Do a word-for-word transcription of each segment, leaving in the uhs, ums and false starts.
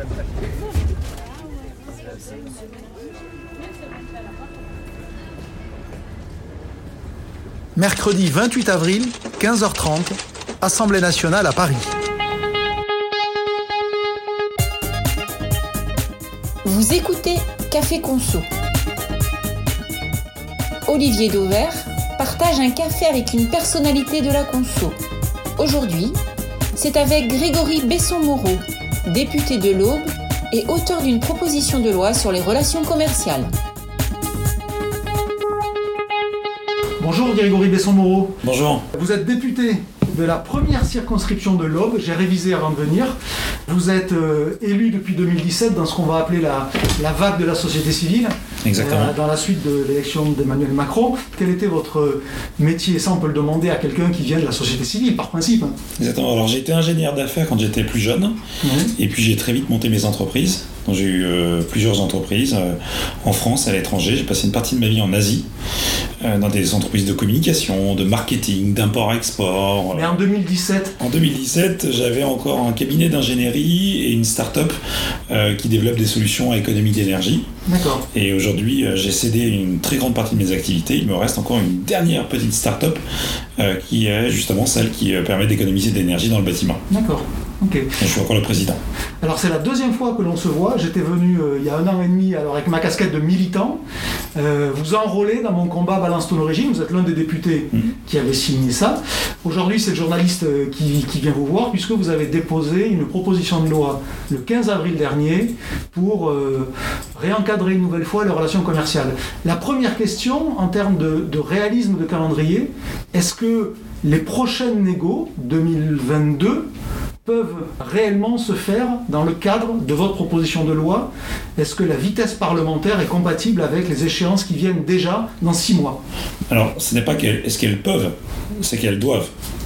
Mercredi vingt-huit avril, quinze heures trente, Assemblée nationale à Paris. Vous écoutez Café Conso. Olivier Dauvert partage un café avec une personnalité de la conso. Aujourd'hui, c'est avec Grégory Besson-Moreau, député de l'Aube et auteur d'une proposition de loi sur les relations commerciales. Bonjour Grégory Besson-Moreau. Bonjour. Vous êtes député de la première circonscription de l'Aube, j'ai révisé avant de venir. Vous êtes euh, élu depuis deux mille dix-sept dans ce qu'on va appeler la, la vague de la société civile. Exactement. Euh, dans la suite de l'élection d'Emmanuel Macron. Quel était votre métier? Ça, on peut le demander à quelqu'un qui vient de la société civile, par principe. Exactement. Alors, j'ai été ingénieur d'affaires quand j'étais plus jeune. Mmh. Et puis, j'ai très vite monté mes entreprises. Donc, j'ai eu euh, plusieurs entreprises euh, en France, à l'étranger. J'ai passé une partie de ma vie en Asie, euh, dans des entreprises de communication, de marketing, d'import-export. Mais en deux mille dix-sept En deux mille dix-sept, j'avais encore un cabinet d'ingénierie et une start-up euh, qui développe des solutions à économie d'énergie. D'accord. Et aujourd'hui, euh, j'ai cédé une très grande partie de mes activités. Il me reste encore une dernière petite start-up euh, qui est justement celle qui euh, permet d'économiser de l'énergie dans le bâtiment. D'accord. Ok. Et je suis encore le président. Alors c'est la deuxième fois que l'on se voit. J'étais venu euh, il y a un an et demi alors avec ma casquette de militant. Euh, vous enrôlez dans mon combat Balance ton origine. Vous êtes l'un des députés mmh. qui avait signé ça. Aujourd'hui, c'est le journaliste euh, qui, qui vient vous voir puisque vous avez déposé une proposition de loi le quinze avril dernier pour euh, réencadrer une nouvelle fois les relations commerciales. La première question en termes de, de réalisme de calendrier, est-ce que les prochaines négos deux mille vingt-deux peuvent réellement se faire dans le cadre de votre proposition de loi? Est-ce que la vitesse parlementaire est compatible avec les échéances qui viennent déjà dans six mois? Alors, ce n'est pas qu'elles, est-ce qu'elles peuvent, c'est qu'elles doivent.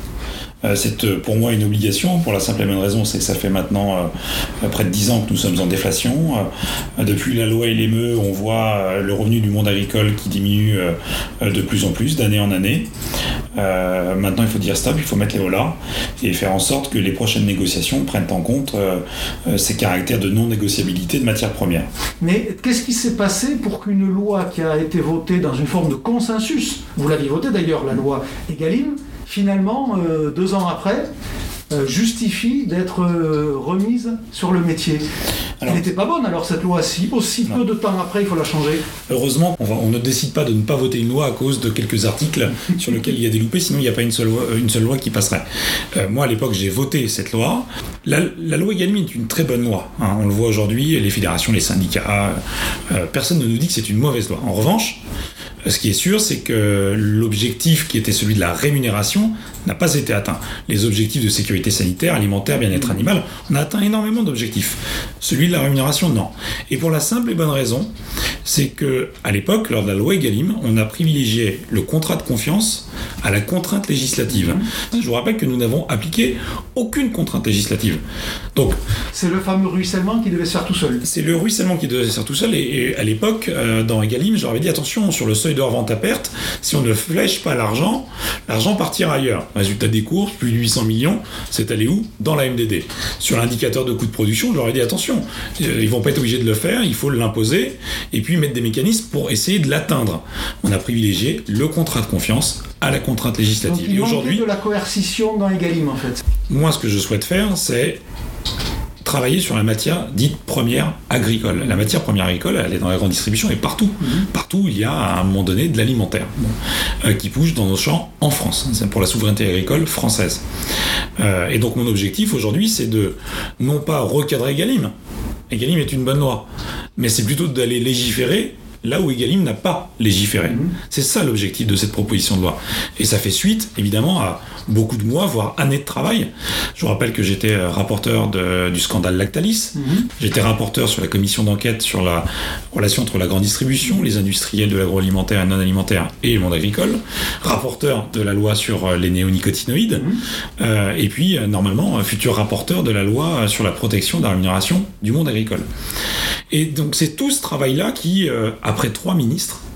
C'est pour moi une obligation, pour la simple et bonne raison, c'est que ça fait maintenant euh, près de dix ans que nous sommes en déflation. Euh, depuis la loi L M E, on voit euh, le revenu du monde agricole qui diminue euh, de plus en plus, d'année en année. Euh, maintenant, il faut dire stop, il faut mettre les hollards et faire en sorte que les prochaines négociations prennent en compte euh, ces caractères de non-négociabilité de matières premières. Mais qu'est-ce qui s'est passé pour qu'une loi qui a été votée dans une forme de consensus, vous l'aviez votée d'ailleurs, la loi Egalim, finalement, euh, deux ans après, euh, justifie d'être euh, remise sur le métier. Alors, elle n'était pas bonne alors cette loi, si aussi non. peu de temps après il faut la changer. Heureusement, on, va, on ne décide pas de ne pas voter une loi à cause de quelques articles sur lesquels il y a des loupés, sinon il n'y a pas une seule loi, une seule loi qui passerait. Euh, moi à l'époque j'ai voté cette loi. La, la loi Egalim est une très bonne loi, hein. On le voit aujourd'hui, les fédérations, les syndicats, euh, personne ne nous dit que c'est une mauvaise loi. En revanche, ce qui est sûr, c'est que l'objectif qui était celui de la rémunération n'a pas été atteint. Les objectifs de sécurité sanitaire, alimentaire, bien-être animal, on a atteint énormément d'objectifs. Celui de la rémunération, non. Et pour la simple et bonne raison, c'est que à l'époque, lors de la loi Egalim, on a privilégié le contrat de confiance à la contrainte législative. Je vous rappelle que nous n'avons appliqué aucune contrainte législative. Donc, c'est le fameux ruissellement qui devait se faire tout seul. C'est le ruissellement qui devait se faire tout seul. Et, et à l'époque, euh, dans Egalim, je leur avais dit attention, sur le seuil de revente à perte, si on ne flèche pas l'argent, l'argent partira ailleurs. Résultat des courses, plus de huit cents millions, c'est allé où? Dans la M D D. Sur l'indicateur de coût de production, je leur ai dit attention, ils vont pas être obligés de le faire, il faut l'imposer, et puis mettre des mécanismes pour essayer de l'atteindre. On a privilégié le contrat de confiance à la contrainte législative. Donc, il et aujourd'hui, de la coercition dans Egalim en fait. Moi, ce que je souhaite faire, c'est travailler sur la matière dite première agricole. La matière première agricole, elle est dans la grande distribution et partout. Mmh. Partout, il y a à un moment donné de l'alimentaire bon, euh, qui bouge dans nos champs en France. C'est pour la souveraineté agricole française. Euh, et donc mon objectif aujourd'hui, c'est de non pas recadrer Egalim. Egalim est une bonne loi, mais c'est plutôt d'aller légiférer là où Egalim n'a pas légiféré. Mmh. C'est ça l'objectif de cette proposition de loi. Et ça fait suite, évidemment, à beaucoup de mois, voire années de travail. Je vous rappelle que j'étais rapporteur de, du scandale Lactalis. Mmh. J'étais rapporteur sur la commission d'enquête sur la relation entre la grande distribution, les industriels de l'agroalimentaire et non alimentaire et le monde agricole. Rapporteur de la loi sur les néonicotinoïdes. Mmh. Euh, et puis, normalement, futur rapporteur de la loi sur la protection de la rémunération du monde agricole. Et donc, c'est tout ce travail-là qui, euh, après trois ministres,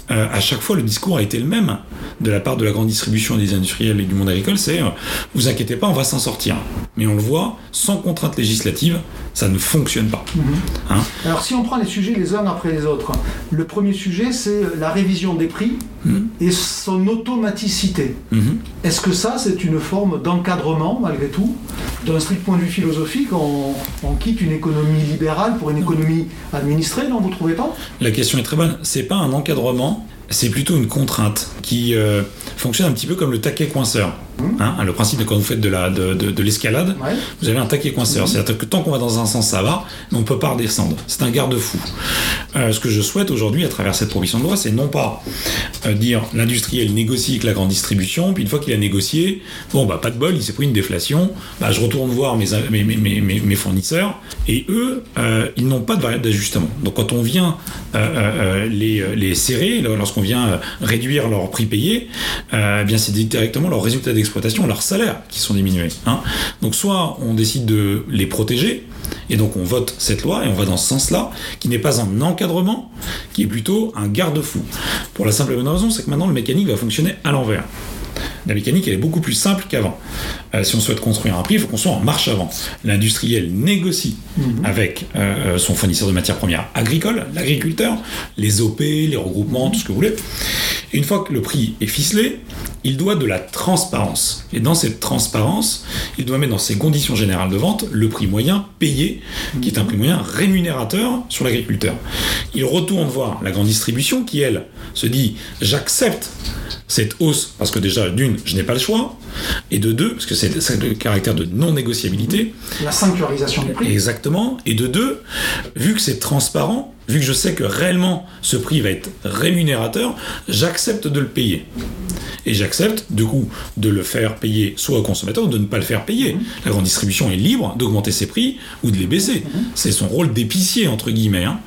euh, à chaque fois, le discours a été le même de la part de la grande distribution des industriels et du monde agricole, c'est euh, « vous inquiétez pas, on va s'en sortir ». Mais on le voit, sans contrainte législative, ça ne fonctionne pas. Mmh. Hein? Alors si on prend les sujets les uns après les autres, le premier sujet c'est la révision des prix mmh. et son automaticité. Mmh. Est-ce que ça c'est une forme d'encadrement malgré tout? D'un strict point de vue philosophique, on, on quitte une économie libérale pour une économie administrée, non, vous ne trouvez pas? La question est très bonne. C'est pas un encadrement, c'est plutôt une contrainte qui euh, fonctionne un petit peu comme le taquet coinceur. Mmh. Hein, le principe de quand vous faites de, la, de, de, de l'escalade, ouais. vous avez un taquet coinceur. Mmh. C'est-à-dire que tant qu'on va dans un sens, ça va, mais on ne peut pas redescendre. C'est un garde-fou. Euh, ce que je souhaite aujourd'hui, à travers cette proposition de loi, c'est non pas euh, dire l'industriel négocie avec la grande distribution, puis une fois qu'il a négocié, bon, bah, pas de bol, il s'est pris une déflation, bah, je retourne voir mes, mes, mes, mes, mes fournisseurs, et eux, euh, ils n'ont pas de variable d'ajustement. Donc quand on vient euh, euh, les, les serrer, lorsqu'on vient réduire leur prix payé, euh, bien c'est directement leur résultat d'exploitation, leurs salaires qui sont diminués. Hein. Donc soit on décide de les protéger, et donc on vote cette loi, et on va dans ce sens-là, qui n'est pas un encadrement, qui est plutôt un garde-fou. Pour la simple et bonne raison, c'est que maintenant le mécanique va fonctionner à l'envers. La mécanique, elle est beaucoup plus simple qu'avant. Euh, si on souhaite construire un prix, il faut qu'on soit en marche avant. L'industriel négocie mmh. avec euh, son fournisseur de matières premières agricoles, l'agriculteur, les O P, les regroupements, tout ce que vous voulez. Et une fois que le prix est ficelé, il doit de la transparence. Et dans cette transparence, il doit mettre dans ses conditions générales de vente le prix moyen payé, mmh. qui est un prix moyen rémunérateur sur l'agriculteur. Il retourne voir la grande distribution qui, elle, se dit « j'accepte cette hausse, parce que déjà, d'une, je n'ai pas le choix, et de deux, parce que c'est, c'est le caractère de non-négociabilité. La sanctuarisation du prix. Exactement. Et de deux, vu que c'est transparent, vu que je sais que réellement ce prix va être rémunérateur, j'accepte de le payer. Et j'accepte, du coup, de le faire payer soit au consommateur, ou de ne pas le faire payer. Mmh. La grande distribution est libre d'augmenter ses prix ou de les baisser. Mmh. C'est son rôle d'épicier, entre guillemets. Hein.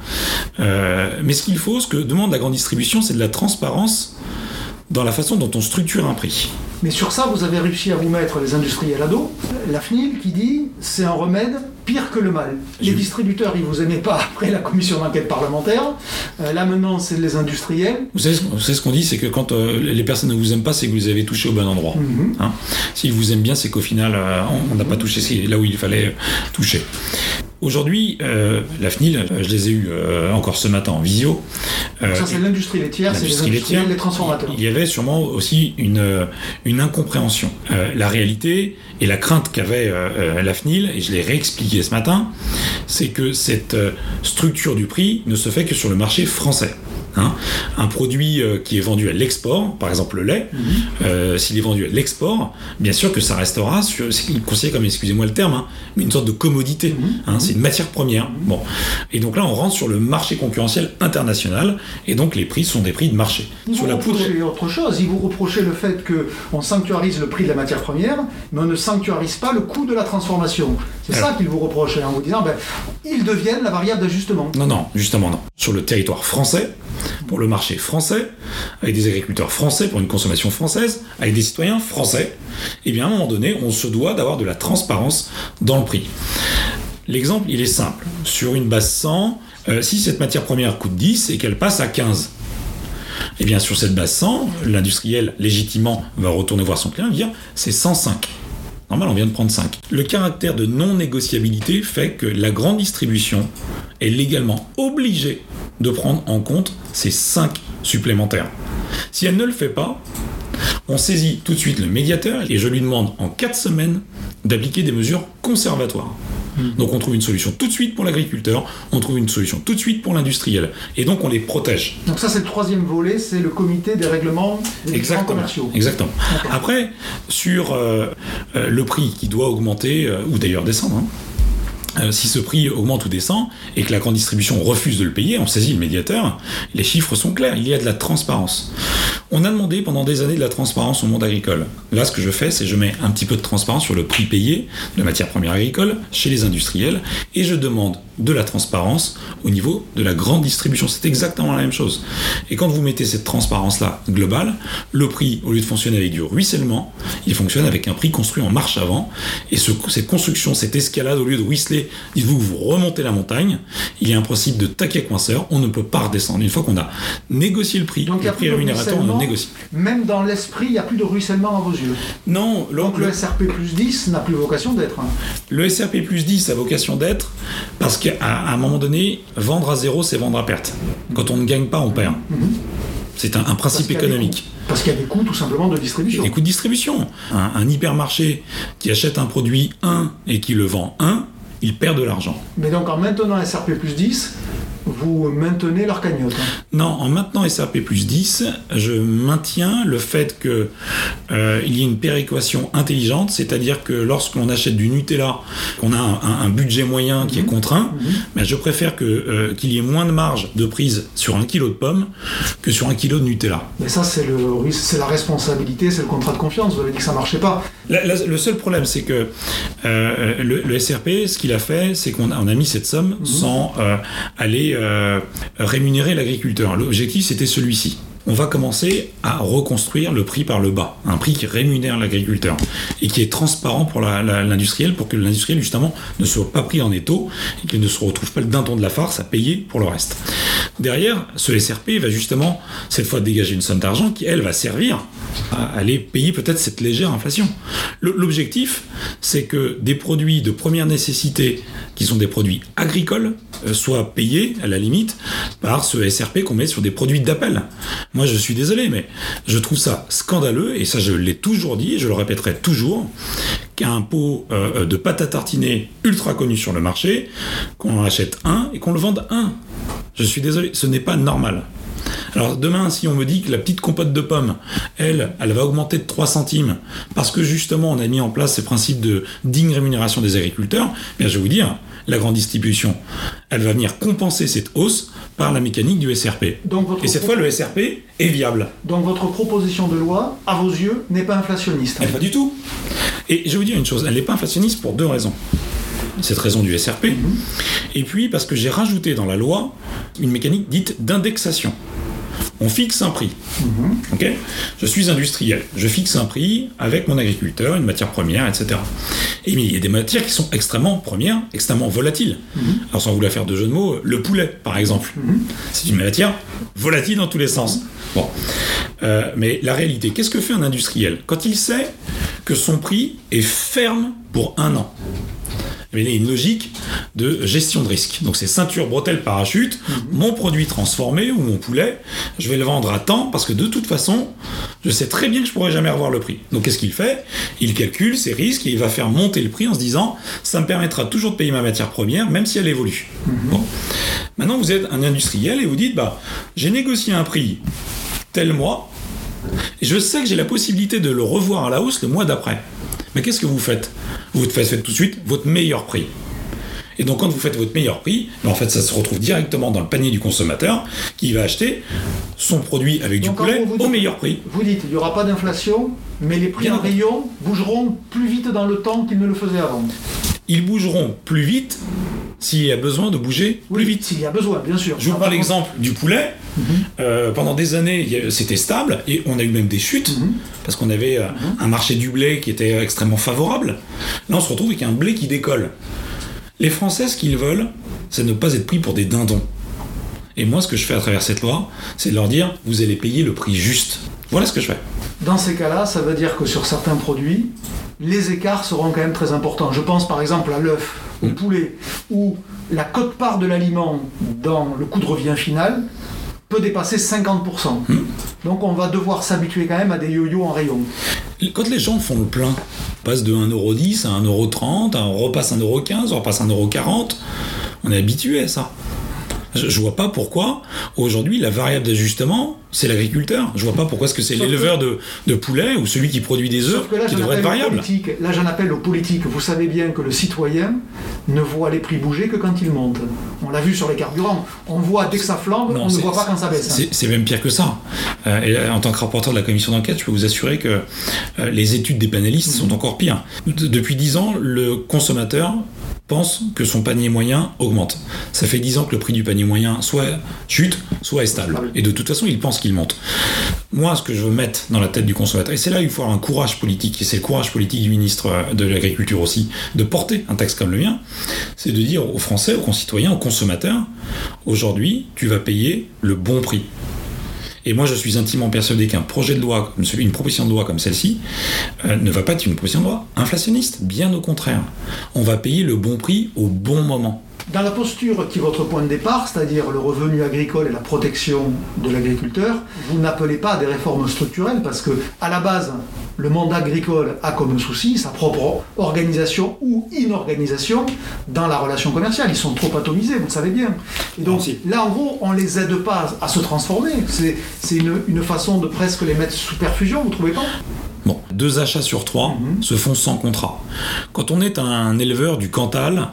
Euh, mais ce qu'il faut, ce que demande la grande distribution, c'est de la transparence dans la façon dont on structure un prix. Mais sur ça, vous avez réussi à vous mettre les industriels à dos. La F N I L qui dit c'est un remède pire que le mal. Les Je... distributeurs, ils vous aimaient pas après la commission d'enquête parlementaire. Euh, là maintenant, c'est les industriels. Vous savez, vous savez ce qu'on dit, c'est que quand euh, les personnes ne vous aiment pas, c'est que vous les avez touchés au bon endroit. Mm-hmm. Hein, s'ils vous aiment bien, c'est qu'au final, euh, on n'a pas touché là où il fallait toucher. Aujourd'hui, euh, la F N I L, je les ai eus euh, encore ce matin en visio. Euh, ça, c'est l'industrie laitière, c'est les industriels, les transformateurs. Il y avait sûrement aussi une, une incompréhension. Euh, la réalité et la crainte qu'avait euh, la F N I L, et je l'ai réexpliqué ce matin, c'est que cette euh, structure du prix ne se fait que sur le marché français. Hein, un produit euh, qui est vendu à l'export, par exemple le lait, mmh. euh, s'il est vendu à l'export, bien sûr que ça restera sur, c'est considéré comme, excusez-moi le terme, hein, une sorte de commodité. Mmh. Hein, c'est une matière première. Mmh. Bon, et donc là, on rentre sur le marché concurrentiel international, et donc les prix sont des prix de marché. Ils sur vous la poudre, autre chose. Ils vous reprochez le fait qu'on sanctuarise le prix de la matière première, mais on ne sanctuarise pas le coût de la transformation. C'est Alors, ça qu'ils vous reprochent en vous disant, ben, ils deviennent la variable d'ajustement. Non, non, justement non. Sur le territoire français, pour le marché français, avec des agriculteurs français, pour une consommation française, avec des citoyens français, et bien à un moment donné, on se doit d'avoir de la transparence dans le prix. L'exemple, il est simple. Sur une base cent, euh, si cette matière première coûte dix et qu'elle passe à quinze, et bien sur cette base cent, l'industriel légitimement va retourner voir son client et dire c'est cent cinq. Normal, on vient de prendre cinq. Le caractère de non-négociabilité fait que la grande distribution est légalement obligée de prendre en compte ces cinq supplémentaires. Si elle ne le fait pas, on saisit tout de suite le médiateur et je lui demande en quatre semaines d'appliquer des mesures conservatoires. Mmh. Donc on trouve une solution tout de suite pour l'agriculteur, on trouve une solution tout de suite pour l'industriel, et donc on les protège. Donc ça c'est le troisième volet, c'est le comité des règlements des différents commerciaux. Exactement. Okay. Après, sur euh, euh, le prix qui doit augmenter, euh, ou d'ailleurs descendre, hein, Euh, si ce prix augmente ou descend et que la grande distribution refuse de le payer, on saisit le médiateur, les chiffres sont clairs, il y a de la transparence. On a demandé pendant des années de la transparence au monde agricole. Là, ce que je fais, c'est que je mets un petit peu de transparence sur le prix payé de la matière première agricole chez les industriels et je demande de la transparence au niveau de la grande distribution. C'est exactement la même chose. Et quand vous mettez cette transparence-là globale, le prix, au lieu de fonctionner avec du ruissellement, il fonctionne avec un prix construit en marche avant. Et ce, cette construction, cette escalade, au lieu de ruisseler, dites-vous que vous remontez la montagne, il y a un principe de taquet coinceur, on ne peut pas redescendre. Une fois qu'on a négocié le prix, donc, le prix rémunérateur, on le négocie. Même dans l'esprit, il n'y a plus de ruissellement à vos yeux. Non. Donc le, le S R P plus dix n'a plus vocation d'être. Hein. Le S R P plus dix a vocation d'être parce qu'à à un moment donné, vendre à zéro, c'est vendre à perte. Quand on ne gagne pas, on perd. Mm-hmm. C'est un, un principe parce économique. Parce qu'il y a des coûts tout simplement de distribution. Des coûts de distribution. Un, un hypermarché qui achète un produit un et qui le vend un, il perd de l'argent. Mais donc en maintenant S R P plus dix, vous maintenez leur cagnotte. Hein. Non, en maintenant S R P plus dix, je maintiens le fait qu'il euh, y ait une péréquation intelligente, c'est-à-dire que lorsqu'on achète du Nutella, qu'on a un, un, un budget moyen qui mmh. est contraint, mmh. ben je préfère que, euh, qu'il y ait moins de marge de prise sur un kilo de pommes que sur un kilo de Nutella. Mais ça, c'est, le, c'est la responsabilité, c'est le contrat de confiance. Vous avez dit que ça ne marchait pas. La, la, le seul problème, c'est que euh, le, le S R P, ce qu'il a fait, c'est qu'on a, on a mis cette somme mmh. sans euh, aller Euh, rémunérer l'agriculteur. L'objectif, c'était celui-ci. On va commencer à reconstruire le prix par le bas, un prix qui rémunère l'agriculteur et qui est transparent pour la, la, l'industriel, pour que l'industriel justement ne soit pas pris en étau et qu'il ne se retrouve pas le dindon de la farce à payer pour le reste. Derrière, ce S R P va justement cette fois dégager une somme d'argent qui, elle, va servir à aller payer peut-être cette légère inflation. Le, l'objectif, c'est que des produits de première nécessité, qui sont des produits agricoles, euh, soient payés, à la limite, par ce S R P qu'on met sur des produits d'appel. Moi, je suis désolé, mais je trouve ça scandaleux, et ça, je l'ai toujours dit, et je le répéterai toujours, qu'un pot euh, de pâte à tartiner ultra connu sur le marché, qu'on en achète un et qu'on le vende un. Je suis désolé, ce n'est pas normal. Alors demain, si on me dit que la petite compote de pommes, elle, elle va augmenter de trois centimes parce que justement on a mis en place ces principes de digne rémunération des agriculteurs, bien je vais vous dire, la grande distribution, elle va venir compenser cette hausse par la mécanique du S R P. Donc votre Et cette pro- fois, le S R P est viable. Donc votre proposition de loi, à vos yeux, n'est pas inflationniste. Elle, pas du tout. Et je vais vous dire une chose, elle n'est pas inflationniste pour deux raisons. Cette raison du S R P, mmh. et puis parce que j'ai rajouté dans la loi une mécanique dite d'indexation. On fixe un prix. Mmh. Okay ? Je suis industriel, je fixe un prix avec mon agriculteur, une matière première, et cetera. Et il y a des matières qui sont extrêmement premières, extrêmement volatiles. Mmh. Alors sans vouloir faire de jeu de mots, le poulet, par exemple, mmh. c'est une matière volatile dans tous les sens. Bon, euh, mais la réalité, qu'est-ce que fait un industriel quand il sait que son prix est ferme pour un an? Il y a une logique de gestion de risque. Donc c'est ceinture, bretelle, parachute, mmh. mon produit transformé ou mon poulet, je vais le vendre à temps parce que de toute façon, je sais très bien que je ne pourrai jamais revoir le prix. Donc qu'est-ce qu'il fait ? Il calcule ses risques et il va faire monter le prix en se disant ça me permettra toujours de payer ma matière première même si elle évolue. Mmh. Bon. Maintenant vous êtes un industriel et vous dites bah j'ai négocié un prix tel mois et je sais que j'ai la possibilité de le revoir à la hausse le mois d'après. Mais qu'est-ce que vous faites ? Vous faites tout de suite votre meilleur prix. Et donc quand vous faites votre meilleur prix, ben en fait ça se retrouve directement dans le panier du consommateur qui va acheter son produit avec donc du poulet au dites, meilleur prix. Vous dites il n'y aura pas d'inflation, mais les prix Bien en rayon bougeront plus vite dans le temps qu'ils ne le faisaient avant. Ils bougeront plus vite s'il y a besoin de bouger oui, plus vite. S'il y a besoin, bien sûr. Je vous prends l'exemple du poulet. Mm-hmm. Euh, pendant des années, c'était stable et on a eu même des chutes mm-hmm. parce qu'on avait euh, mm-hmm. un marché du blé qui était extrêmement favorable. Là, on se retrouve avec un blé qui décolle. Les Français, ce qu'ils veulent, c'est ne pas être pris pour des dindons. Et moi, ce que je fais à travers cette loi, c'est de leur dire vous allez payer le prix juste. Voilà ce que je fais. Dans ces cas-là, ça veut dire que sur certains produits, les écarts seront quand même très importants. Je pense par exemple à l'œuf, au mmh. poulet, où la quote-part de l'aliment dans le coût de revient final peut dépasser cinquante pour cent. Mmh. Donc on va devoir s'habituer quand même à des yo-yo en rayon. Quand les gens font le plein, on passe de un euro dix à un euro trente, on repasse un euro quinze, on repasse un euro quarante, on est habitué à ça. Je ne vois pas pourquoi, aujourd'hui, la variable d'ajustement, c'est l'agriculteur. Je vois pas pourquoi est-ce que c'est Sauf l'éleveur que... de, de poulet ou celui qui produit des œufs qui devrait être variable. Politique. Là, j'en appelle aux politiques. Vous savez bien que le citoyen ne voit les prix bouger que quand ils montent. On l'a vu sur les carburants. On voit dès que ça flambe, non, on ne voit pas quand ça baisse. C'est, c'est même pire que ça. Euh, et en tant que rapporteur de la commission d'enquête, je peux vous assurer que euh, les études des panélistes mmh. sont encore pires. De, depuis dix ans, le consommateur pense que son panier moyen augmente. Ça fait dix ans que le prix du panier moyen soit chute, soit est stable. Et de toute façon, il pense qu'il monte. Moi, ce que je veux mettre dans la tête du consommateur, et c'est là où il faut avoir un courage politique, et c'est le courage politique du ministre de l'Agriculture aussi, de porter un texte comme le mien, c'est de dire aux Français, aux concitoyens, aux consommateurs, aujourd'hui, tu vas payer le bon prix. Et moi, je suis intimement persuadé qu'un projet de loi, comme celui, une proposition de loi comme celle-ci, euh, ne va pas être une proposition de loi inflationniste. Bien au contraire. On va payer le bon prix au bon moment. Dans la posture qui est votre point de départ, c'est-à-dire le revenu agricole et la protection de l'agriculteur, vous n'appelez pas à des réformes structurelles parce que, à la base, le monde agricole a comme souci sa propre organisation ou inorganisation dans la relation commerciale. Ils sont trop atomisés, vous le savez bien. Et donc là, en gros, on ne les aide pas à se transformer. C'est, c'est une, une façon de presque les mettre sous perfusion, vous ne trouvez pas ? Bon, deux achats sur trois mmh. se font sans contrat. Quand on est un éleveur du Cantal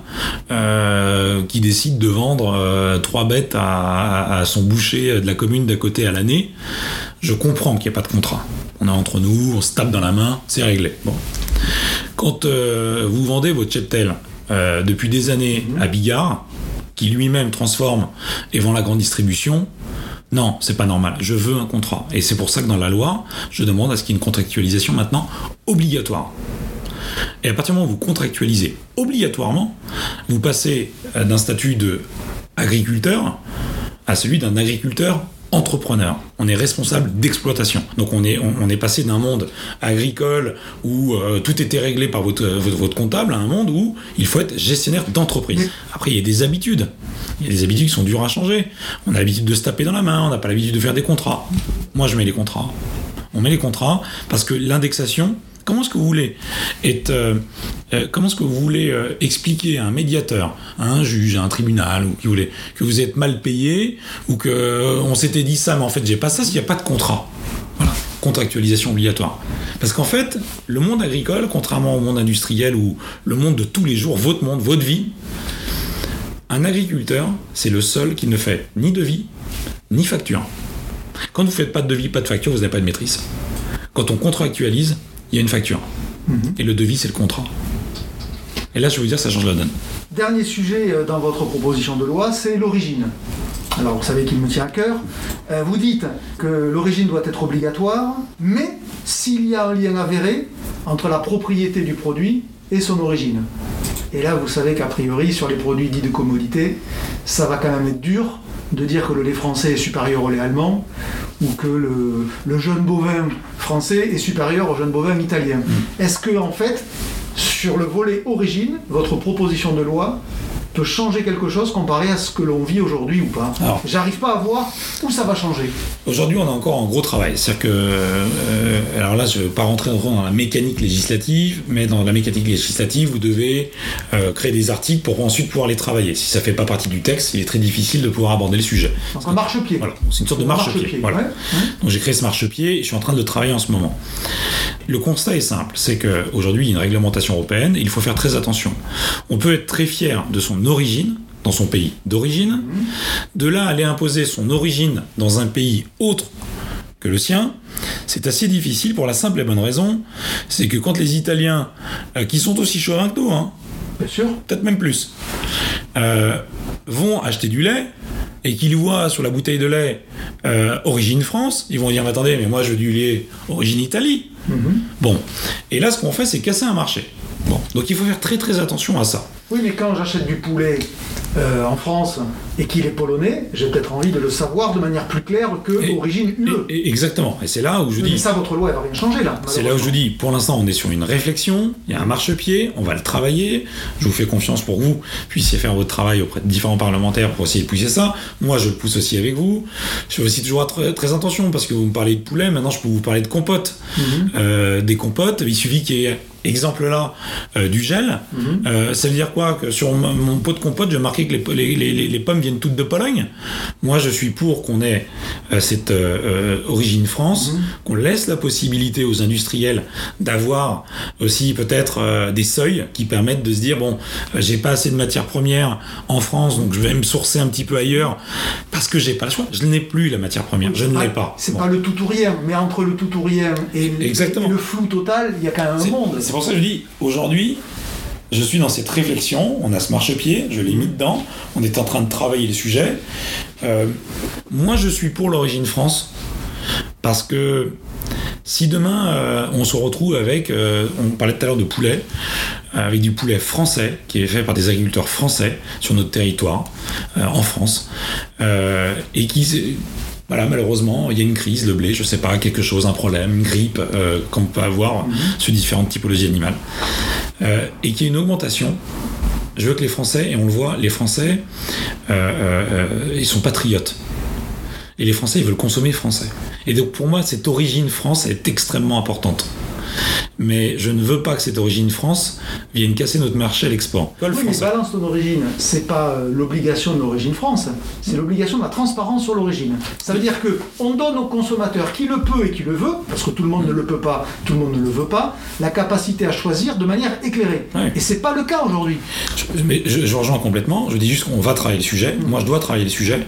euh, qui décide de vendre euh, trois bêtes à, à son boucher de la commune d'à côté à l'année, je comprends qu'il n'y a pas de contrat. On est entre nous, on se tape dans la main, c'est réglé. Bon. Quand euh, vous vendez votre cheptel euh, depuis des années mmh. à Bigard, qui lui-même transforme et vend la grande distribution, non, c'est pas normal. Je veux un contrat. Et c'est pour ça que dans la loi, je demande à ce qu'il y ait une contractualisation maintenant obligatoire. Et à partir du moment où vous contractualisez obligatoirement, vous passez d'un statut d'agriculteur à celui d'un agriculteur entrepreneur. On est responsable d'exploitation. Donc on est, on, on est passé d'un monde agricole où euh, tout était réglé par votre, votre, votre comptable à un monde où il faut être gestionnaire d'entreprise. Après, il y a des habitudes. Il y a des habitudes qui sont dures à changer. On a l'habitude de se taper dans la main, on n'a pas l'habitude de faire des contrats. Moi, je mets les contrats. On met les contrats parce que l'indexation, comment est-ce que vous voulez être, euh, euh, comment est-ce que vous voulez euh, expliquer à un médiateur, à un juge, à un tribunal, ou qui voulez, que vous êtes mal payé ou que euh, on s'était dit ça, mais en fait j'ai pas ça, s'il n'y a pas de contrat. Voilà, contractualisation obligatoire. Parce qu'en fait, le monde agricole, contrairement au monde industriel ou le monde de tous les jours, votre monde, votre vie, un agriculteur, c'est le seul qui ne fait ni devis, ni facture. Quand vous ne faites pas de devis, pas de facture, vous n'avez pas de maîtrise. Quand on contractualise, il y a une facture. Mmh. Et le devis, c'est le contrat. Et là, je vais vous dire, ça change la donne. Dernier sujet dans votre proposition de loi, c'est l'origine. Alors, vous savez qu'il me tient à cœur. Euh, vous dites que l'origine doit être obligatoire, mais s'il y a un lien avéré entre la propriété du produit et son origine. Et là, vous savez qu'a priori, sur les produits dits de commodité, ça va quand même être dur de dire que le lait français est supérieur au lait allemand ou que le, le jeune bovin français est supérieur au jeune bovin italien. Mmh. Est-ce que, en fait, sur le volet origine, votre proposition de loi peut changer quelque chose comparé à ce que l'on vit aujourd'hui ou pas ? Alors, j'arrive pas à voir où ça va changer. Aujourd'hui, on a encore un gros travail. C'est-à-dire que, euh, alors là, je ne vais pas rentrer dans la mécanique législative, mais dans la mécanique législative, vous devez euh, créer des articles pour ensuite pouvoir les travailler. Si ça ne fait pas partie du texte, il est très difficile de pouvoir aborder le sujet. Donc un marchepied. Voilà, c'est une sorte de marchepied. Marche voilà. Ouais. Donc j'ai créé ce marchepied et je suis en train de le travailler en ce moment. Le constat est simple, c'est qu'aujourd'hui, il y a une réglementation européenne et il faut faire très attention. On peut être très fier de son origine, dans son pays d'origine, mmh. de là aller imposer son origine dans un pays autre que le sien, c'est assez difficile pour la simple et bonne raison, c'est que quand les Italiens, euh, qui sont aussi chauvins que nous, hein, bien sûr, peut-être même plus, euh, vont acheter du lait, et qu'ils voient sur la bouteille de lait euh, origine France, ils vont dire mais attendez, mais moi je veux du lait origine Italie. Mmh. Bon, et là ce qu'on fait c'est casser un marché. Bon, donc il faut faire très très attention à ça. Oui, mais quand j'achète du poulet euh, en France et qu'il est polonais, j'ai peut-être envie de le savoir de manière plus claire que et, origine U E. Et, et exactement, et c'est là où je oui, dis... Mais ça, votre loi, elle va rien changer là. C'est là où je dis, pour l'instant, on est sur une réflexion, il y a un marchepied, on va le travailler, je vous fais confiance pour que vous puissiez faire votre travail auprès de différents parlementaires pour essayer de pousser ça. Moi, je le pousse aussi avec vous. Je fais aussi toujours très, très attention, parce que vous me parlez de poulet, maintenant je peux vous parler de compotes. Mm-hmm. Euh, des compotes, il suffit qu'il y ait exemple là euh, du gel, mm-hmm. euh, ça veut dire quoi? Que sur mon, mon pot de compote, j'ai marqué que les, les, les, les pommes viennent toutes de Pologne. Moi, je suis pour qu'on ait euh, cette euh, origine France, mm-hmm. qu'on laisse la possibilité aux industriels d'avoir aussi peut-être euh, des seuils qui permettent de se dire bon, euh, j'ai pas assez de matières premières en France, donc je vais me sourcer un petit peu ailleurs parce que j'ai pas le choix. Je n'ai plus la matière première, je ne pas, l'ai pas. C'est bon. pas le tout ou rien, mais entre le tout ou rien et, et le flou total, il y a quand même un c'est, monde. C'est pour ça que je dis, aujourd'hui, je suis dans cette réflexion, on a ce marchepied, je l'ai mis dedans, on est en train de travailler le sujet. Euh, moi, je suis pour l'origine France, parce que si demain, euh, on se retrouve avec, euh, on parlait tout à l'heure de poulet, euh, avec du poulet français, qui est fait par des agriculteurs français, sur notre territoire, euh, en France, euh, et qui... Voilà, malheureusement, il y a une crise, le blé, je sais pas, quelque chose, un problème, une grippe euh, qu'on peut avoir mmh. sur différentes typologies animales, euh, et qu'il y a une augmentation. Je veux que les Français, et on le voit, les Français, euh, euh, ils sont patriotes. Et les Français, ils veulent consommer français. Et donc, pour moi, cette origine France est extrêmement importante. Mais je ne veux pas que cette origine France vienne casser notre marché à l'export. Oui, mais balance ton origine, c'est pas euh, l'obligation de l'origine France, c'est l'obligation de la transparence sur l'origine. Ça veut dire qu'on donne aux consommateurs qui le peut et qui le veut, parce que tout le monde ne le peut pas, tout le monde ne le veut pas, la capacité à choisir de manière éclairée. Ouais. Et c'est pas le cas aujourd'hui. Je, mais je, je rejoins complètement, je dis juste qu'on va travailler le sujet, mmh. moi je dois travailler le sujet.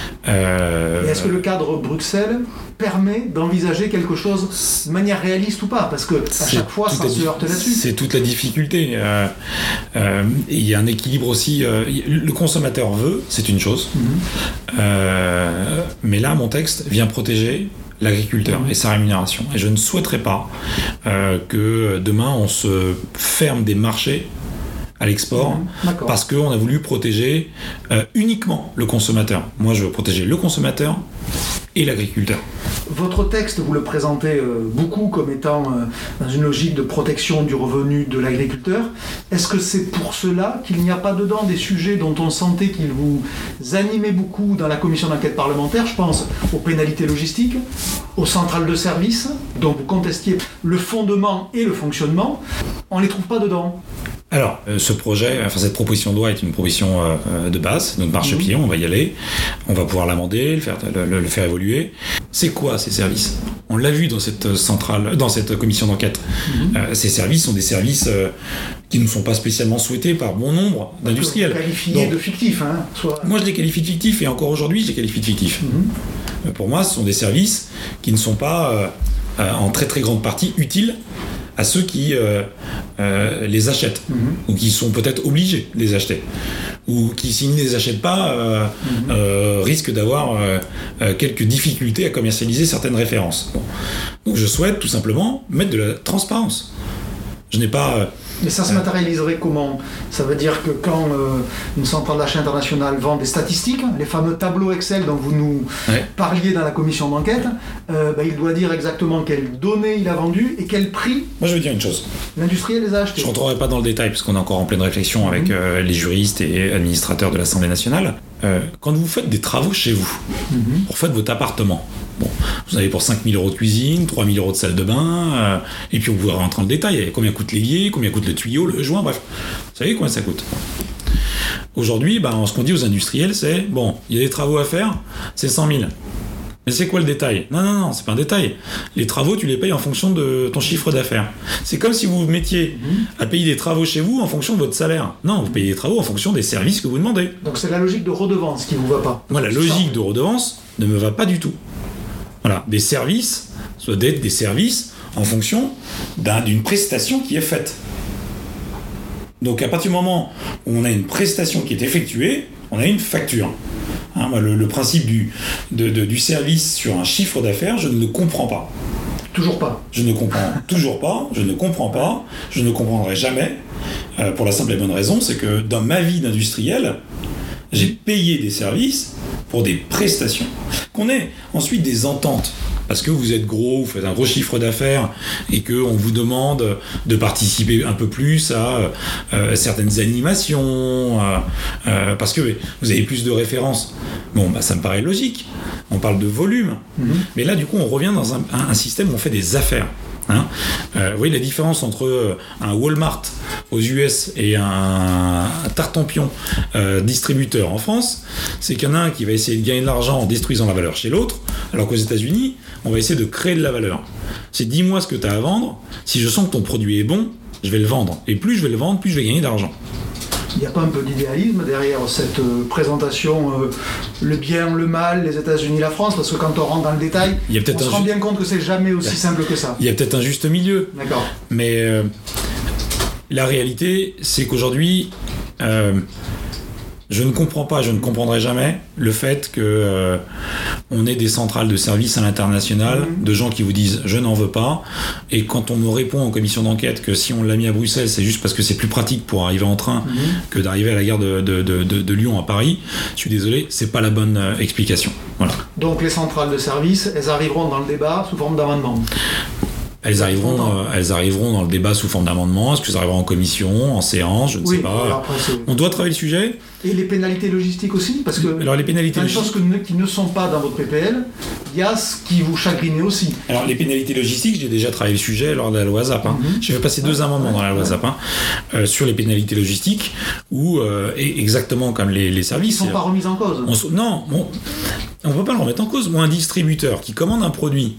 Euh... Et est-ce que le cadre Bruxelles permet d'envisager quelque chose de manière réaliste ou pas? Parce que à chaque fois, ça se heurte là-dessus. C'est toute la difficulté. Euh, euh, il y a un équilibre aussi. Euh, le consommateur veut, c'est une chose. Mm-hmm. Euh, mais là, mon texte vient protéger l'agriculteur mmh. et sa rémunération. Et je ne souhaiterais pas euh, que demain, on se ferme des marchés à l'export, mmh, parce qu'on a voulu protéger euh, uniquement le consommateur. Moi, je veux protéger le consommateur et l'agriculteur. Votre texte, vous le présentez euh, beaucoup comme étant euh, dans une logique de protection du revenu de l'agriculteur. Est-ce que c'est pour cela qu'il n'y a pas dedans des sujets dont on sentait qu'ils vous animaient beaucoup dans la commission d'enquête parlementaire? Je pense aux pénalités logistiques, aux centrales de services, dont vous contestiez le fondement et le fonctionnement. On ne les trouve pas dedans. Alors, euh, ce projet, enfin cette proposition de loi est une proposition euh, de base, notre marchepied, mmh. on va y aller, on va pouvoir l'amender, le faire, le, le faire évoluer. C'est quoi ces services? On l'a vu dans cette centrale, dans cette commission d'enquête. Mmh. Euh, ces services sont des services euh, qui ne sont pas spécialement souhaités par bon nombre d'industriels. Qualifiés de fictifs, hein soit... Moi, je les qualifie de fictifs, et encore aujourd'hui, je les qualifie de fictifs. Mmh. Euh, pour moi, ce sont des services qui ne sont pas, euh, euh, en très très grande partie, utiles à ceux qui euh, euh, les achètent, mmh. ou qui sont peut-être obligés de les acheter, ou qui, s'ils ne les achètent pas, euh, mmh. euh, risquent d'avoir euh, euh, quelques difficultés à commercialiser certaines références. Bon. Donc je souhaite tout simplement mettre de la transparence. Je n'ai pas... Euh, Mais ça se matérialiserait comment? Ça veut dire que quand euh, une centrale d'achat internationale vend des statistiques, les fameux tableaux Excel dont vous nous ouais. parliez dans la commission d'enquête, euh, bah, il doit dire exactement quelles données il a vendues et quel prix. Moi, je veux dire une chose. L'industriel les a achetées. Je ne rentrerai pas dans le détail parce qu'on est encore en pleine réflexion avec mmh. euh, les juristes et administrateurs de l'Assemblée nationale. Euh, quand vous faites des travaux chez vous, mmh. vous faites votre appartement. Bon, vous avez pour cinq mille euros de cuisine, trois mille euros de salle de bain, euh, et puis on pourra rentrer dans le détail. Combien coûte l'évier, combien coûte le tuyau, le joint, bref. Vous savez combien ça coûte? Aujourd'hui, bah, ce qu'on dit aux industriels, c'est bon, il y a des travaux à faire, c'est cent mille. Mais c'est quoi le détail? Non, non, non, c'est pas un détail. Les travaux, tu les payes en fonction de ton chiffre d'affaires. C'est comme si vous vous mettiez à payer des travaux chez vous en fonction de votre salaire. Non, vous payez des travaux en fonction des services que vous demandez. Donc c'est la logique de redevance qui vous va pas. Moi, la logique de redevance ne me va pas du tout. Voilà, des services, soit d'être des services en fonction d'un, d'une prestation qui est faite. Donc à partir du moment où on a une prestation qui est effectuée, on a une facture. Hein, le, le principe du, de, de, du service sur un chiffre d'affaires, je ne le comprends pas. Toujours pas. Je ne comprends toujours pas, je ne comprends pas, je ne comprendrai jamais, euh, pour la simple et bonne raison, c'est que dans ma vie d'industriel, j'ai payé des services pour des prestations. Qu'on ait ensuite des ententes, parce que vous êtes gros, vous faites un gros chiffre d'affaires et qu'on vous demande de participer un peu plus à euh, certaines animations, euh, euh, parce que vous avez plus de références. Bon, bah, ça me paraît logique. On parle de volume. Mm-hmm. Mais là, du coup, on revient dans un, un, un système où on fait des affaires. Hein euh, vous voyez la différence entre un Walmart aux U S et un, un Tartampion euh, distributeur en France, c'est qu'il y en a un qui va essayer de gagner de l'argent en détruisant la valeur chez l'autre, alors qu'aux États-Unis, on va essayer de créer de la valeur. C'est dis-moi ce que tu as à vendre, si je sens que ton produit est bon, je vais le vendre. Et plus je vais le vendre, plus je vais gagner d'argent. Il n'y a pas un peu d'idéalisme derrière cette euh, présentation, euh, le bien, le mal, les États-Unis, la France, parce que quand on rentre dans le détail, il y a peut-être on se rend ju- bien compte que c'est jamais aussi simple que ça. Il y a peut-être un juste milieu. D'accord. Mais euh, la réalité, c'est qu'aujourd'hui, euh, je ne comprends pas, je ne comprendrai jamais le fait que euh, on ait des centrales de services à l'international, mmh. de gens qui vous disent je n'en veux pas, et quand on me répond en commission d'enquête que si on l'a mis à Bruxelles, c'est juste parce que c'est plus pratique pour arriver en train mmh. que d'arriver à la gare de, de, de, de, de Lyon à Paris, je suis désolé, c'est pas la bonne euh, explication. Voilà. Donc les centrales de services, elles arriveront dans le débat sous forme d'amendement. Elles arriveront, euh, elles arriveront dans le débat sous forme d'amendement. Est-ce que ça arrivera en commission, en séance, je ne oui, sais pas. Après, on doit travailler le sujet. Et les pénalités logistiques aussi, parce que alors les pénalités plein de choses que ne, qui ne sont pas dans votre P P L, il y a ce qui vous chagrinait aussi. Alors les pénalités logistiques, j'ai déjà travaillé le sujet lors de la loi ZAP. Hein. Mm-hmm. J'ai fait passer deux amendements dans la loi ZAP hein, euh, sur les pénalités logistiques, où euh, et exactement comme les, les services. Ils ne sont pas remis en cause. On, non, bon, on ne peut pas le remettre en cause. Moi, un distributeur qui commande un produit.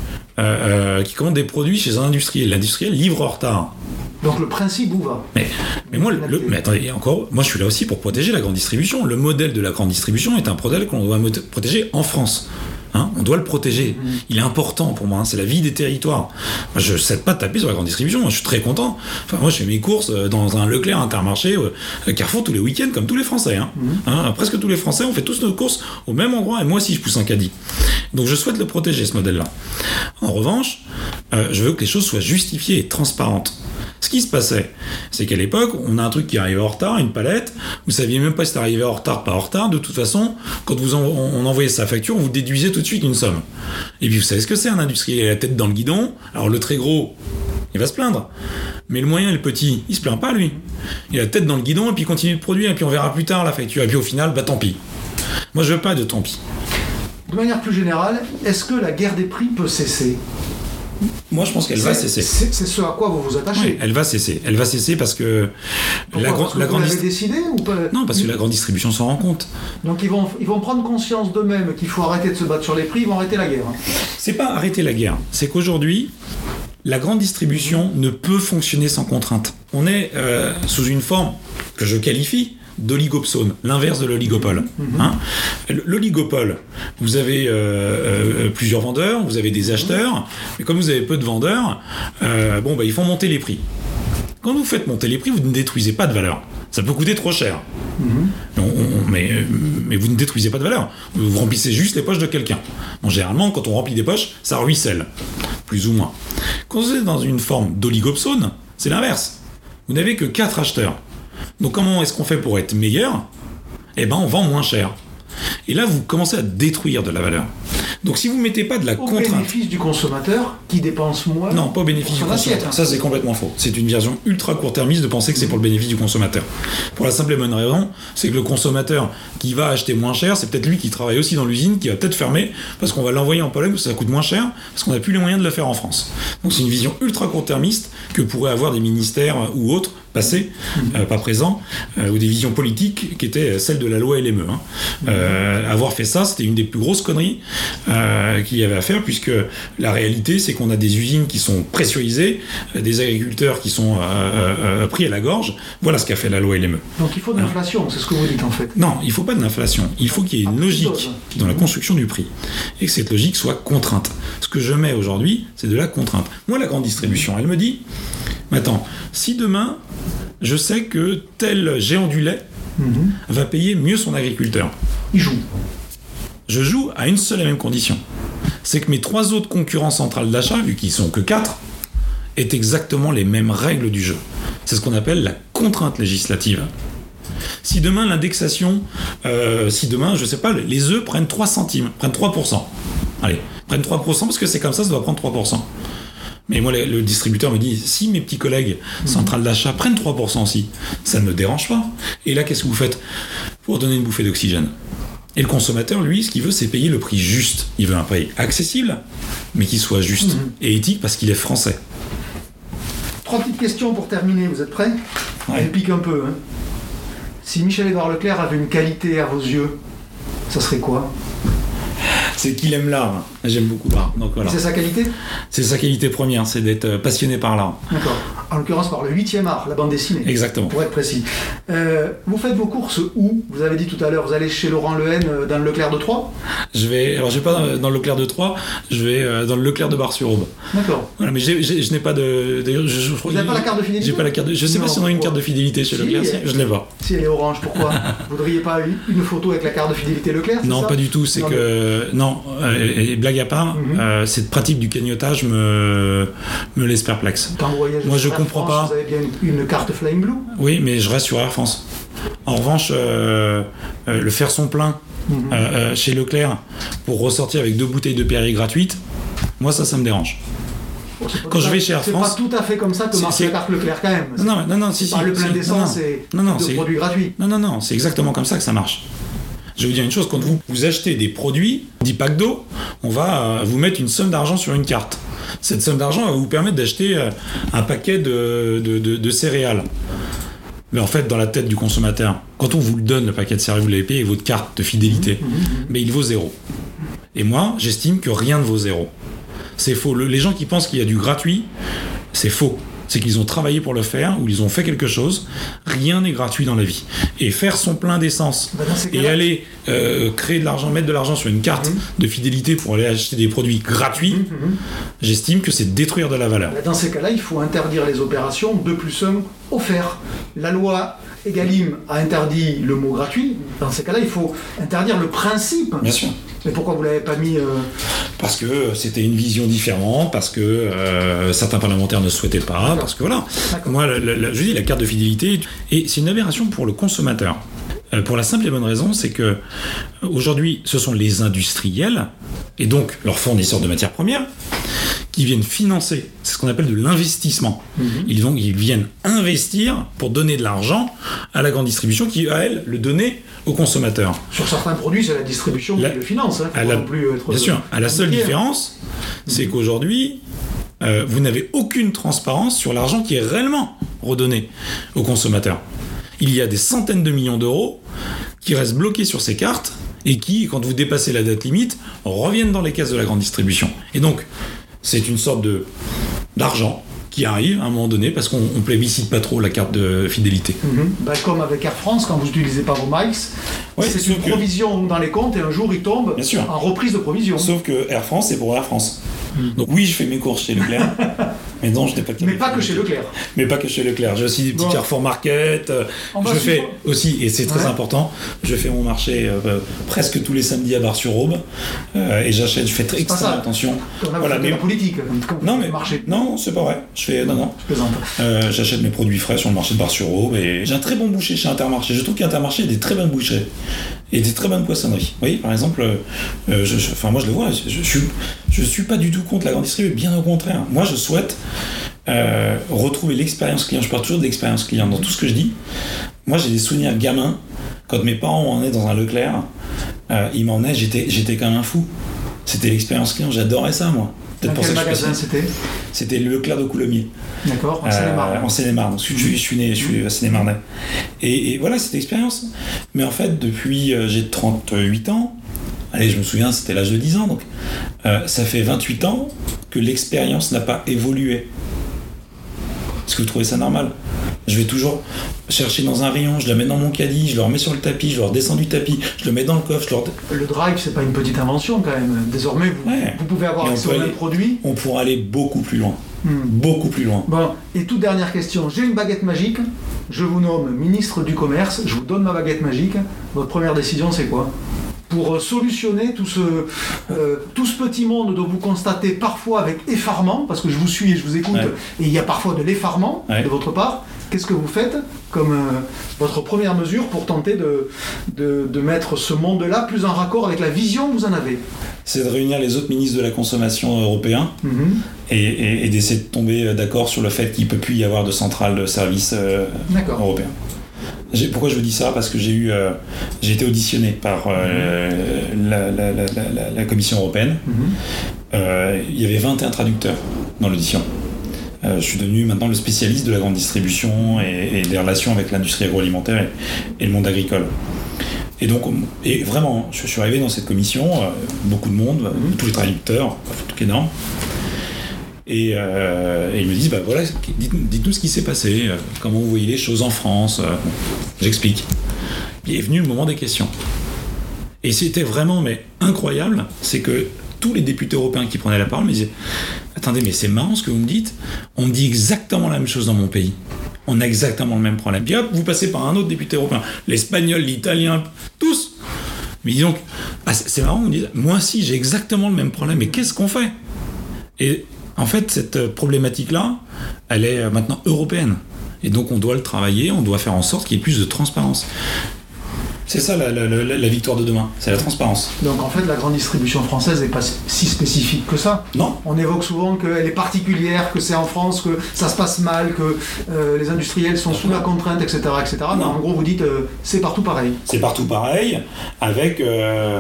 Euh, euh, qui commande des produits chez un industriel. L'industriel livre en retard. Donc le principe où va. Mais, mais moi, le, mais attendez, encore, moi je suis là aussi pour protéger la grande distribution. Le modèle de la grande distribution est un modèle qu'on doit protéger en France. Hein, on doit le protéger. Mmh. Il est important pour moi. Hein, c'est la vie des territoires. Moi, je ne cède pas de taper sur la grande distribution. Moi, je suis très content. Enfin, moi, je fais mes courses dans un Leclerc, Intermarché, euh, Carrefour tous les week-ends, comme tous les Français. Hein. Mmh. Hein, presque tous les Français, on fait tous nos courses au même endroit. Et moi aussi, je pousse un caddie. Donc, je souhaite le protéger, ce modèle-là. En revanche, euh, je veux que les choses soient justifiées et transparentes. Ce qui se passait, c'est qu'à l'époque, on a un truc qui arrivait en retard, une palette, vous saviez même pas si c'était arrivé en retard, pas en retard, de toute façon, quand vous en, on envoyait sa facture, on vous déduisait tout de suite une somme. Et puis vous savez ce que c'est, un industriel, il a la tête dans le guidon, alors le très gros, il va se plaindre, mais le moyen et le petit, il se plaint pas lui. Il a la tête dans le guidon, et puis il continue de produire, et puis on verra plus tard la facture, et puis au final, bah tant pis. Moi je veux pas de tant pis. De manière plus générale, est-ce que la guerre des prix peut cesser ? Moi, je pense qu'elle c'est, va cesser. C'est, c'est ce à quoi vous vous attachez. Oui, elle va cesser. Elle va cesser parce que Pourquoi, la, parce que la vous grande l'avez dist... décidé ou pas ? Non, parce que la grande distribution s'en rend compte. Donc ils vont, ils vont prendre conscience d'eux-mêmes qu'il faut arrêter de se battre sur les prix, ils vont arrêter la guerre. C'est pas arrêter la guerre, c'est qu'aujourd'hui, la grande distribution ne peut fonctionner sans contrainte. On est euh, sous une forme que je qualifie d'oligopsone, l'inverse de l'oligopole. Mm-hmm. Hein, l'oligopole, vous avez euh, euh, plusieurs vendeurs, vous avez des acheteurs, mais comme vous avez peu de vendeurs, euh, bon, bah, ils font monter les prix. Quand vous faites monter les prix, vous ne détruisez pas de valeur. Ça peut coûter trop cher. Mm-hmm. On, on, mais, mais vous ne détruisez pas de valeur. Vous remplissez juste les poches de quelqu'un. Bon, généralement, quand on remplit des poches, ça ruisselle, plus ou moins. Quand vous êtes dans une forme d'oligopsone, c'est l'inverse. Vous n'avez que quatre acheteurs. Donc comment est-ce qu'on fait pour être meilleur ? Eh ben on vend moins cher. Et là vous commencez à détruire de la valeur. Donc si vous ne mettez pas de la au contrainte... Au bénéfice du consommateur qui dépense moins... Non, pas au bénéfice du consommateur. Assiette. Ça c'est complètement faux. C'est une version ultra court-termiste de penser que c'est pour le bénéfice du consommateur. Pour la simple et bonne raison, c'est que le consommateur qui va acheter moins cher, c'est peut-être lui qui travaille aussi dans l'usine, qui va peut-être fermer, parce qu'on va l'envoyer en Pologne où ça coûte moins cher, parce qu'on n'a plus les moyens de le faire en France. Donc c'est une vision ultra court-termiste que pourraient avoir des ministères ou autres, passés, euh, pas présents, euh, ou des visions politiques qui étaient celles de la loi L M E. Hein. Euh, avoir fait ça, c'était une des plus grosses conneries euh, qu'il y avait à faire, puisque la réalité, c'est qu'on a des usines qui sont pressurisées, euh, des agriculteurs qui sont euh, euh, pris à la gorge. Voilà ce qu'a fait la loi L M E. Donc il faut de l'inflation, hein. C'est ce que vous dites en fait. Non, il ne faut pas de l'inflation. Il faut qu'il y ait une logique dans la construction du prix, et que cette logique soit contrainte. Ce que je mets aujourd'hui, c'est de la contrainte. Moi, la grande distribution, elle me dit, mais attends, si demain, je sais que tel géant du lait mmh. va payer mieux son agriculteur. Il joue. Je joue à une seule et même condition. C'est que mes trois autres concurrents centrales d'achat, vu qu'ils sont que quatre, aient exactement les mêmes règles du jeu. C'est ce qu'on appelle la contrainte législative. Si demain l'indexation, euh, si demain, je sais pas, les œufs prennent trois centimes, prennent trois pour cent. Allez, prennent trois pour cent parce que c'est comme ça, ça doit prendre trois pour cent. Mais moi, le distributeur me dit, si mes petits collègues centrales d'achat prennent trois pour cent aussi, ça ne me dérange pas. Et là, qu'est-ce que vous faites pour donner une bouffée d'oxygène ? Et le consommateur, lui, ce qu'il veut, c'est payer le prix juste. Il veut un prix accessible, mais qui soit juste. Mmh. Et éthique parce qu'il est français. Trois petites questions pour terminer, vous êtes prêts ? Ouais. Elle pique un peu. Hein. Si Michel-Édouard Leclerc avait une qualité à vos yeux, ça serait quoi ? C'est qu'il aime l'art. J'aime beaucoup l'art. Donc voilà. C'est sa qualité ? C'est sa qualité première, c'est d'être passionné par l'art. D'accord. En l'occurrence par le huitième art, la bande dessinée. Exactement. Pour être précis. Euh, vous faites vos courses où ? Vous avez dit tout à l'heure, vous allez chez Laurent Lehen dans le Leclerc de Troyes ? Je vais, alors je vais pas dans le Leclerc de Troyes, je vais dans le Leclerc de Bar-sur-Aube. D'accord. Voilà, mais j'ai, j'ai, je n'ai pas de. D'ailleurs, je, je, vous n'avez pas la carte de fidélité ? J'ai pas la carte de. Je sais non, pas si on a une carte de fidélité chez si, Leclerc. Si, je l'ai pas. Si elle est orange, pourquoi ? Vous voudriez pas une photo avec la carte de fidélité Leclerc ? Non, ça pas du tout. C'est non, que mais... non. Euh, et blague à part, mm-hmm. euh, cette pratique du cagnotage me me laisse perplexe. Quand vous voyagez Moi, je Air comprends France, pas. Vous avez bien une, une carte Flying Blue ? Oui, mais je reste sur Air France. En revanche, euh, euh, le faire son plein mm-hmm. euh, euh, chez Leclerc pour ressortir avec deux bouteilles de Perrier gratuites, moi ça, ça me dérange. Bon, quand je vais chez Air France, c'est pas tout à fait comme ça que marche la carte Leclerc quand même. Non, non, non, non si, si. Le plein d'essence et non, non, de c'est... produits gratuits. Non, non, non, c'est exactement comme ça que ça marche. Je vais vous dire une chose, quand vous, vous achetez des produits, dix packs d'eau, on va euh, vous mettre une somme d'argent sur une carte. Cette somme d'argent va vous permettre d'acheter euh, un paquet de, de, de, de céréales. Mais en fait, dans la tête du consommateur, quand on vous le donne, le paquet de céréales, vous l'avez payé avec votre carte de fidélité, mmh, mmh. mais il vaut zéro. Et moi, j'estime que rien ne vaut zéro. C'est faux. Le, les gens qui pensent qu'il y a du gratuit, c'est faux. C'est qu'ils ont travaillé pour le faire, ou ils ont fait quelque chose. Rien n'est gratuit dans la vie. Et faire son plein d'essence, bah et aller euh, créer de l'argent, mettre de l'argent sur une carte mmh. de fidélité pour aller acheter des produits gratuits, mmh. j'estime que c'est détruire de la valeur. Bah dans ces cas-là, il faut interdire les opérations deux plus un offert. La loi Egalim a interdit le mot gratuit. Dans ces cas-là, il faut interdire le principe. Bien sûr. Mais pourquoi vous ne l'avez pas mis euh... Parce que c'était une vision différente, parce que euh, certains parlementaires ne souhaitaient pas, D'accord. parce que voilà. D'accord. Moi, la, la, je dis la carte de fidélité, et c'est une aberration pour le consommateur. Euh, pour la simple et bonne raison, c'est que aujourd'hui, ce sont les industriels, et donc leurs fournisseurs de matières premières, qui viennent financer, c'est ce qu'on appelle de l'investissement. Mmh. Ils, vont, ils viennent investir pour donner de l'argent à la grande distribution qui, à elle, le donner aux consommateurs. Sur certains produits, c'est la distribution la, qui le finance. Hein, à la, non plus être bien sûr. À la seule différence, mmh. c'est qu'aujourd'hui, euh, vous n'avez aucune transparence sur l'argent qui est réellement redonné aux consommateurs. Il y a des centaines de millions d'euros qui restent bloqués sur ces cartes et qui, quand vous dépassez la date limite, reviennent dans les caisses de la grande distribution. Et donc, c'est une sorte de, d'argent qui arrive à un moment donné parce qu'on ne plébiscite pas trop la carte de fidélité. Mmh. Bah, comme avec Air France, quand vous n'utilisez pas vos miles, ouais, c'est une provision que... dans les comptes et un jour il tombe en reprise de provision. Sauf que Air France, c'est pour Air France. Mmh. Donc oui, je fais mes courses chez Leclerc, mais non, je n'ai pas de Mais pas que chez Leclerc. Mais pas que chez Leclerc. J'ai aussi des petits bon. Carrefour Market. Euh, je fais suivre. aussi, et c'est très ouais. important, je fais mon marché euh, presque tous les samedis à Bar-sur-Aube euh, et j'achète, je fais très extrêmement attention. Comme voilà, mais la politique. Comme non, mais marché. non, c'est pas vrai. Je fais non, non. Je plaisante. Euh, j'achète mes produits frais sur le marché de Bar-sur-Aube et j'ai un très bon boucher chez Intermarché. Je trouve qu'Intermarché a des très bonnes boucheries et des très bonnes poissonneries. Vous voyez, par exemple, euh, je, je, enfin moi je le vois, je, je, je suis, je suis pas du tout contre la grande distribution, bien au contraire. Moi, je souhaite euh, retrouver l'expérience client. Je parle toujours de l'expérience client dans tout ce que je dis. Moi, j'ai des souvenirs gamins quand mes parents m'emmenaient dans un Leclerc. Euh, ils m'emmenaient, j'étais, j'étais comme un fou. C'était l'expérience client. J'adorais ça, moi. Dans quel magasin c'était ? C'était le Leclerc de Coulommiers. D'accord, en Seine-et-Marne. Euh, en Seine-et-Marne. Je, je, je suis né, je suis à Seine-et-Marne. Et, et voilà, cette expérience. Mais en fait, depuis, euh, j'ai trente-huit ans. Allez, je me souviens, c'était l'âge de dix ans. Donc, euh, ça fait vingt-huit ans que l'expérience n'a pas évolué. Est-ce que vous trouvez ça normal ? Je vais toujours chercher dans un rayon, je le mets dans mon caddie, je le remets sur le tapis, je le redescends du tapis, je le mets dans le coffre. Je le... le drive, c'est pas une petite invention quand même. Désormais, vous, ouais. vous pouvez avoir accès au même produit. On pourra aller beaucoup plus loin. Hmm. Beaucoup plus loin. Bon, et toute dernière question. J'ai une baguette magique, je vous nomme ministre du Commerce, je vous donne ma baguette magique. Votre première décision, c'est quoi ? Pour solutionner tout ce, euh, tout ce petit monde dont vous constatez parfois avec effarement, parce que je vous suis et je vous écoute, ouais. et il y a parfois de l'effarement ouais. de votre part, qu'est-ce que vous faites comme euh, votre première mesure pour tenter de, de, de mettre ce monde-là plus en raccord avec la vision que vous en avez ? C'est de réunir les autres ministres de la consommation européens mm-hmm. et, et, et d'essayer de tomber d'accord sur le fait qu'il ne peut plus y avoir de centrale de service euh, européen. j'ai, pourquoi je vous dis ça? Parce que j'ai eu, euh, j'ai été auditionné par euh, la, la, la, la, la Commission européenne. Mm-hmm. Euh, il y avait vingt et un traducteurs dans l'audition. Euh, je suis devenu maintenant le spécialiste de la grande distribution et, et des relations avec l'industrie agroalimentaire et, et le monde agricole. Et donc, et vraiment, je suis arrivé dans cette commission, euh, beaucoup de monde, mmh. tous les traducteurs, tout énorme. Et, euh, et ils me disent, bah voilà, dites-nous, dites-nous ce qui s'est passé, euh, comment vous voyez les choses en France. Euh, j'explique. Puis est venu le moment des questions. Et c'était vraiment mais incroyable, c'est que tous les députés européens qui prenaient la parole me disaient, attendez, mais c'est marrant ce que vous me dites, on me dit exactement la même chose dans mon pays. On a exactement le même problème. Puis hop, vous passez par un autre député européen. L'espagnol, l'italien, tous. Mais dis donc, ah, c'est, c'est marrant, on me dit, moi aussi, j'ai exactement le même problème. Mais qu'est-ce qu'on fait? Et en fait, cette problématique-là, elle est maintenant européenne. Et donc, on doit le travailler, on doit faire en sorte qu'il y ait plus de transparence. C'est ça la, la, la, la victoire de demain, c'est la transparence. Donc en fait la grande distribution française n'est pas si spécifique que ça. Non. On évoque souvent qu'elle est particulière, que c'est en France, que ça se passe mal, que euh, les industriels sont sous la contrainte, et cetera et cetera. Mais en gros vous dites euh, c'est partout pareil. C'est partout pareil, avec euh,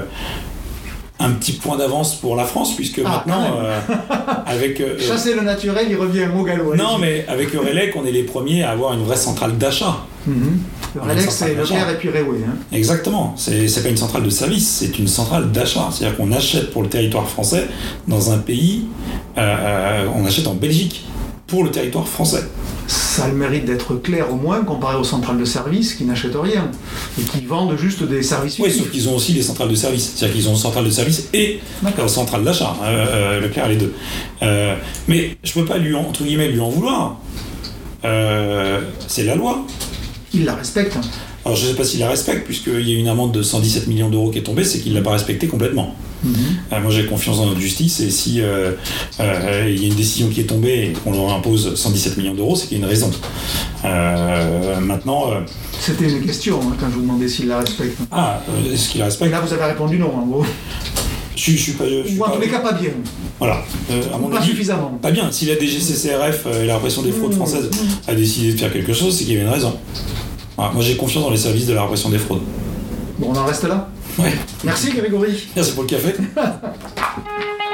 un petit point d'avance pour la France, puisque ah, maintenant, euh, avec... Euh, chasser le naturel, il revient au galop. Non, mais avec Eurelec, on est les premiers à avoir une vraie centrale d'achat. Mm-hmm. Eurelec, c'est Leclerc et puis Reway. Hein. Exactement. C'est, c'est pas une centrale de service, c'est une centrale d'achat. C'est-à-dire qu'on achète pour le territoire français dans un pays... Euh, on achète en Belgique pour le territoire français. Ça a le mérite d'être clair au moins comparé aux centrales de services qui n'achètent rien et qui vendent juste des services. Oui, sauf qu'ils ont aussi des centrales de services. C'est-à-dire qu'ils ont une centrale de services et une centrale d'achat. Euh, euh, Leclerc a les deux. Euh, mais je peux pas lui en, entre guillemets lui en vouloir. Euh, c'est la loi. Il la respecte. Alors je ne sais pas s'il la respecte, puisqu'il y a une amende de cent dix-sept millions d'euros qui est tombée, c'est qu'il ne l'a pas respectée complètement. Mmh. Euh, moi j'ai confiance dans notre justice, et si euh, euh, il y a une décision qui est tombée et qu'on leur impose cent dix-sept millions d'euros, c'est qu'il y a une raison. Euh, maintenant... Euh... C'était une question hein, quand je vous demandais s'il la respecte. Ah, euh, est-ce qu'il la respecte? Et là vous avez répondu non en gros. Je, je suis pas... Je suis Ou en pas... tous les cas pas bien. Voilà. Euh, à mon pas avis, suffisamment. Pas bien. Si la D G C C R F et la répression des fraudes mmh. françaises a décidé de faire quelque chose, c'est qu'il y avait une raison. Ah, moi j'ai confiance dans les services de la répression des fraudes. Bon, on en reste là? Ouais. Merci Grégory. Merci pour le café.